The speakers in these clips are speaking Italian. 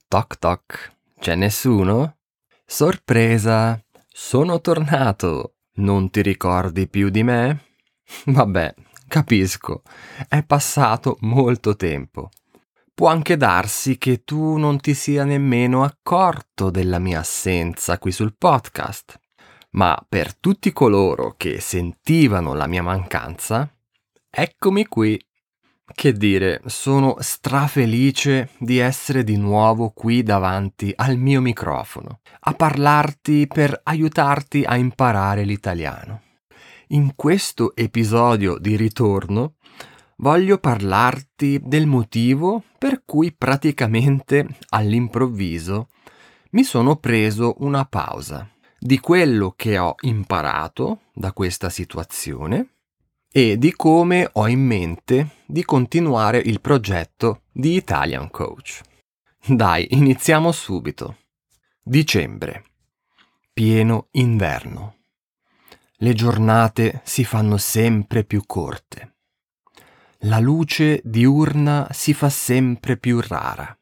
Toc toc, c'è nessuno? Sorpresa, sono tornato. Non ti ricordi più di me? Vabbè, capisco, è passato molto tempo. Può anche darsi che tu non ti sia nemmeno accorto della mia assenza qui sul podcast, ma per tutti coloro che sentivano la mia mancanza, eccomi qui. Che dire, sono strafelice di essere di nuovo qui davanti al mio microfono, a parlarti per aiutarti a imparare l'italiano. In questo episodio di ritorno voglio parlarti del motivo per cui praticamente all'improvviso mi sono preso una pausa, di quello che ho imparato da questa situazione e di come ho in mente di continuare il progetto di Italian Coach. Dai, iniziamo subito. Dicembre. Pieno inverno. Le giornate si fanno sempre più corte. La luce diurna si fa sempre più rara.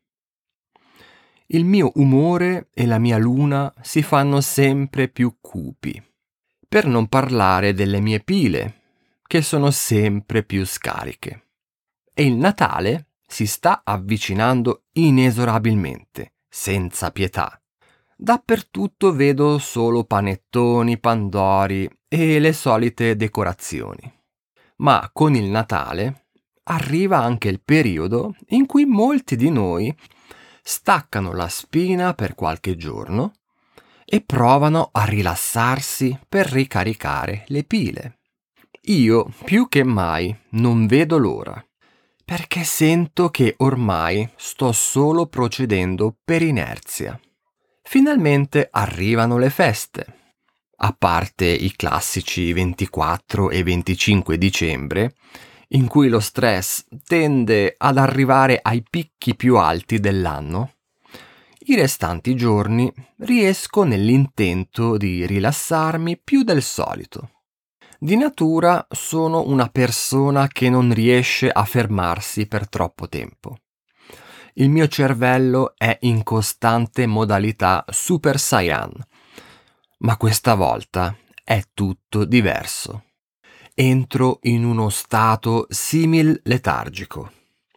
Il mio umore e la mia luna si fanno sempre più cupi. Per non parlare delle mie pile, che sono sempre più scariche. E il Natale si sta avvicinando inesorabilmente, senza pietà. Dappertutto vedo solo panettoni, pandori e le solite decorazioni. Ma con il Natale arriva anche il periodo in cui molti di noi staccano la spina per qualche giorno e provano a rilassarsi per ricaricare le pile. Io più che mai non vedo l'ora, perché sento che ormai sto solo procedendo per inerzia. Finalmente arrivano le feste. A parte i classici 24 e 25 dicembre, in cui lo stress tende ad arrivare ai picchi più alti dell'anno, i restanti giorni riesco nell'intento di rilassarmi più del solito. Di natura sono una persona che non riesce a fermarsi per troppo tempo. Il mio cervello è in costante modalità Super Saiyan, ma questa volta è tutto diverso. Entro in uno stato simil letargico.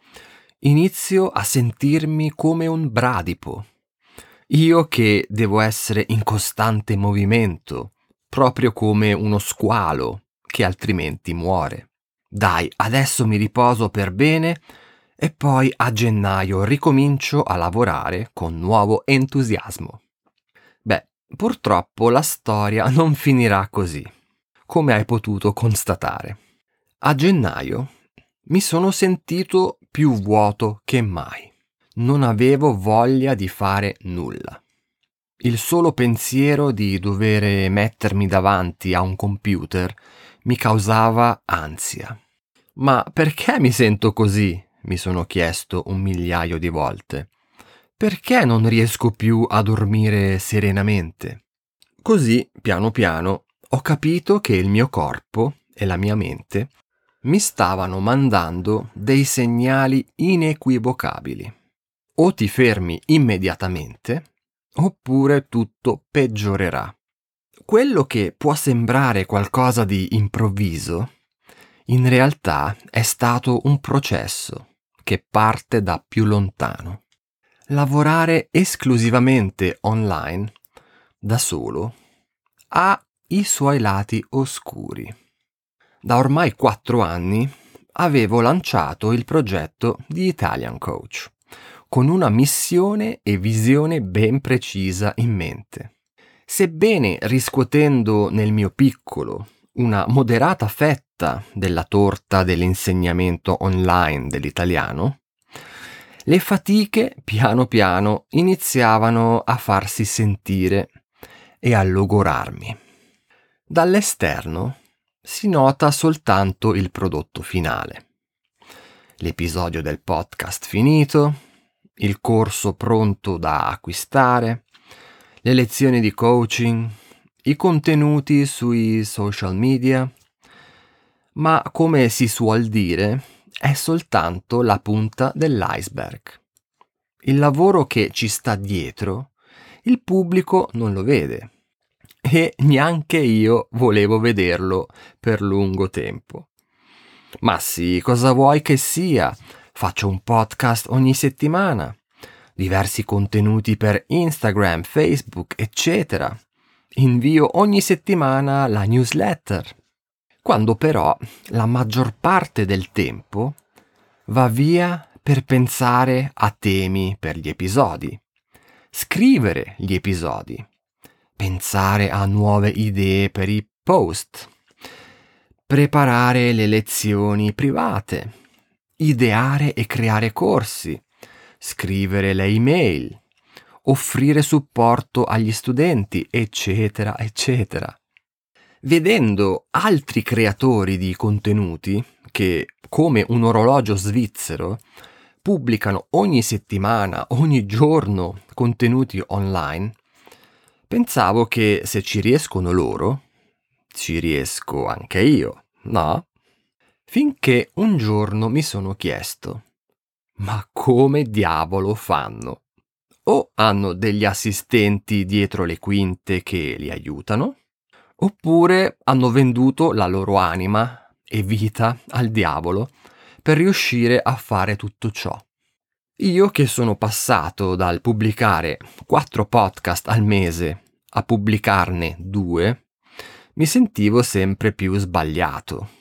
Inizio a sentirmi come un bradipo. Io che devo essere in costante movimento, proprio come uno squalo che altrimenti muore. Dai, adesso mi riposo per bene e poi a gennaio ricomincio a lavorare con nuovo entusiasmo. Beh, purtroppo la storia non finirà così, come hai potuto constatare. A gennaio mi sono sentito più vuoto che mai. Non avevo voglia di fare nulla. Il solo pensiero di dover mettermi davanti a un computer mi causava ansia. Ma perché mi sento così? Mi sono chiesto 1.000.000 di volte. Perché non riesco più a dormire serenamente? Così, piano piano, ho capito che il mio corpo e la mia mente mi stavano mandando dei segnali inequivocabili. O ti fermi immediatamente, oppure tutto peggiorerà. Quello che può sembrare qualcosa di improvviso, in realtà è stato un processo che parte da più lontano. Lavorare esclusivamente online, da solo, ha i suoi lati oscuri. Da ormai 4 anni avevo lanciato il progetto di Italian Coach, con una missione e visione ben precisa in mente. Sebbene riscuotendo nel mio piccolo una moderata fetta della torta dell'insegnamento online dell'italiano, le fatiche piano piano iniziavano a farsi sentire e a logorarmi. Dall'esterno si nota soltanto il prodotto finale. L'episodio del podcast finito, il corso pronto da acquistare, le lezioni di coaching, i contenuti sui social media, ma come si suol dire, è soltanto la punta dell'iceberg. Il lavoro che ci sta dietro, il pubblico non lo vede. E neanche io volevo vederlo per lungo tempo. Ma sì, cosa vuoi che sia? Faccio un podcast ogni settimana, diversi contenuti per Instagram, Facebook, eccetera. Invio ogni settimana la newsletter. Quando però la maggior parte del tempo va via per pensare a temi per gli episodi, scrivere gli episodi, pensare a nuove idee per i post, preparare le lezioni private, ideare e creare corsi, scrivere le email, offrire supporto agli studenti, eccetera, eccetera. Vedendo altri creatori di contenuti che, come un orologio svizzero, pubblicano ogni settimana, ogni giorno contenuti online, pensavo che se ci riescono loro, ci riesco anche io, no? Finché un giorno mi sono chiesto, ma come diavolo fanno? O hanno degli assistenti dietro le quinte che li aiutano? Oppure hanno venduto la loro anima e vita al diavolo per riuscire a fare tutto ciò. Io che sono passato dal pubblicare 4 podcast al mese a pubblicarne 2, mi sentivo sempre più sbagliato.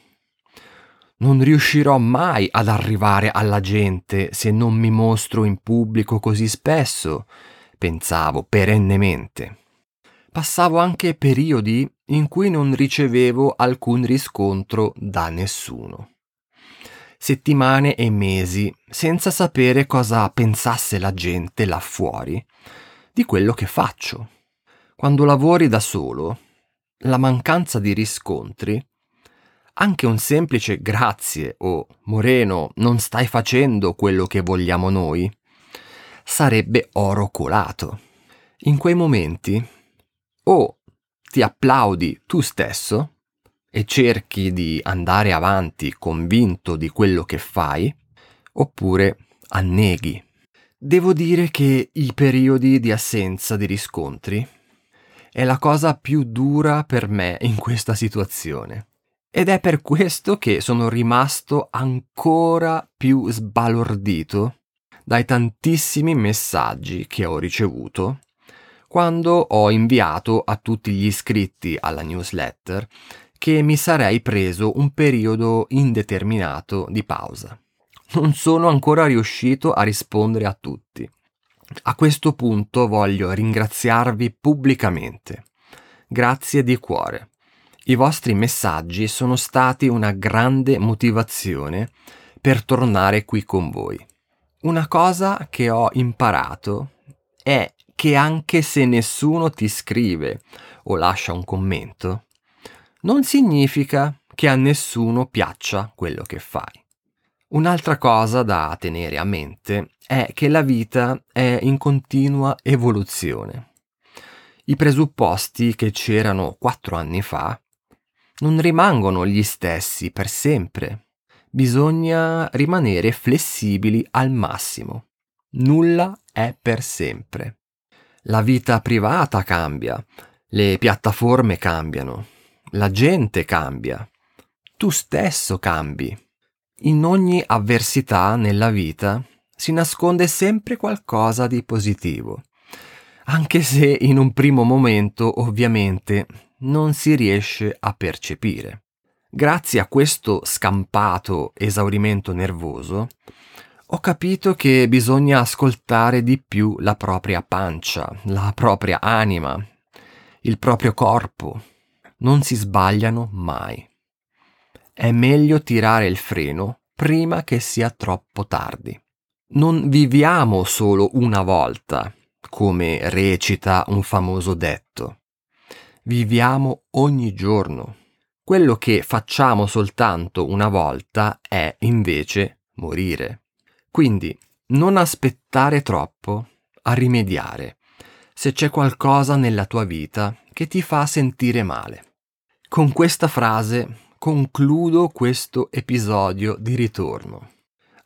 Non riuscirò mai ad arrivare alla gente se non mi mostro in pubblico così spesso, pensavo perennemente. Passavo anche periodi in cui non ricevevo alcun riscontro da nessuno. Settimane e mesi senza sapere cosa pensasse la gente là fuori di quello che faccio. Quando lavori da solo, la mancanza di riscontri, anche un semplice grazie o Moreno, non stai facendo quello che vogliamo noi, sarebbe oro colato. In quei momenti o ti applaudi tu stesso e cerchi di andare avanti convinto di quello che fai, oppure anneghi. Devo dire che i periodi di assenza di riscontri è la cosa più dura per me in questa situazione. Ed è per questo che sono rimasto ancora più sbalordito dai tantissimi messaggi che ho ricevuto quando ho inviato a tutti gli iscritti alla newsletter che mi sarei preso un periodo indeterminato di pausa. Non sono ancora riuscito a rispondere a tutti. A questo punto voglio ringraziarvi pubblicamente. Grazie di cuore. I vostri messaggi sono stati una grande motivazione per tornare qui con voi. Una cosa che ho imparato è che anche se nessuno ti scrive o lascia un commento, non significa che a nessuno piaccia quello che fai. Un'altra cosa da tenere a mente è che la vita è in continua evoluzione. I presupposti che c'erano 4 anni fa non rimangono gli stessi per sempre. Bisogna rimanere flessibili al massimo. Nulla è per sempre. La vita privata cambia, le piattaforme cambiano, la gente cambia, tu stesso cambi. In ogni avversità nella vita si nasconde sempre qualcosa di positivo, anche se in un primo momento ovviamente non si riesce a percepire. Grazie a questo scampato esaurimento nervoso, ho capito che bisogna ascoltare di più la propria pancia, la propria anima, il proprio corpo. Non si sbagliano mai. È meglio tirare il freno prima che sia troppo tardi. Non viviamo solo una volta, come recita un famoso detto. Viviamo ogni giorno. Quello che facciamo soltanto una volta è invece morire. Quindi non aspettare troppo a rimediare se c'è qualcosa nella tua vita che ti fa sentire male. Con questa frase concludo questo episodio di ritorno.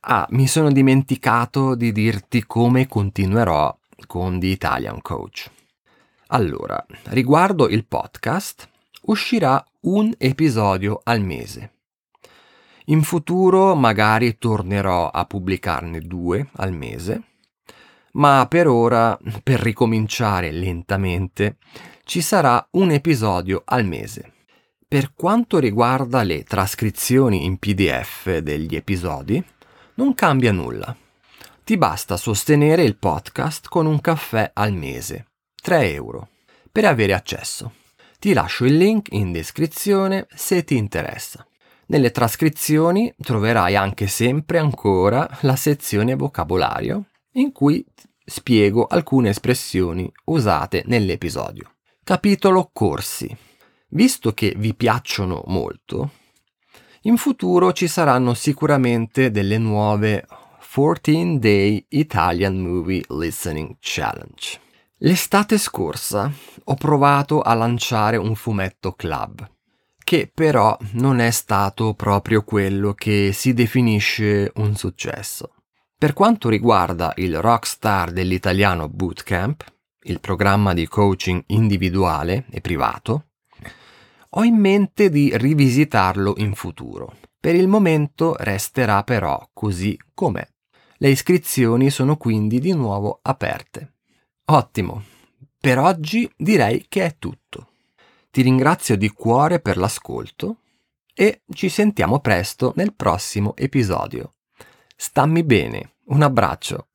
Mi sono dimenticato di dirti come continuerò con The Italian Coach. Allora, riguardo il podcast, uscirà un episodio al mese. In futuro magari tornerò a pubblicarne 2 al mese, ma per ora, per ricominciare lentamente, ci sarà un episodio al mese. Per quanto riguarda le trascrizioni in PDF degli episodi, non cambia nulla. Ti basta sostenere il podcast con un caffè al mese, 3 euro, per avere accesso. Ti lascio il link in descrizione se ti interessa. Nelle trascrizioni troverai anche sempre ancora la sezione vocabolario, in cui spiego alcune espressioni usate nell'episodio. Capitolo corsi. Visto che vi piacciono molto, in futuro ci saranno sicuramente delle nuove 14-Day Italian Movie Listening Challenge. L'estate scorsa ho provato a lanciare un fumetto club, che però non è stato proprio quello che si definisce un successo. Per quanto riguarda il Rockstar dell'Italiano Bootcamp, il programma di coaching individuale e privato, ho in mente di rivisitarlo in futuro. Per il momento resterà però così com'è. Le iscrizioni sono quindi di nuovo aperte. Ottimo, per oggi direi che è tutto. Ti ringrazio di cuore per l'ascolto e ci sentiamo presto nel prossimo episodio. Stammi bene, un abbraccio.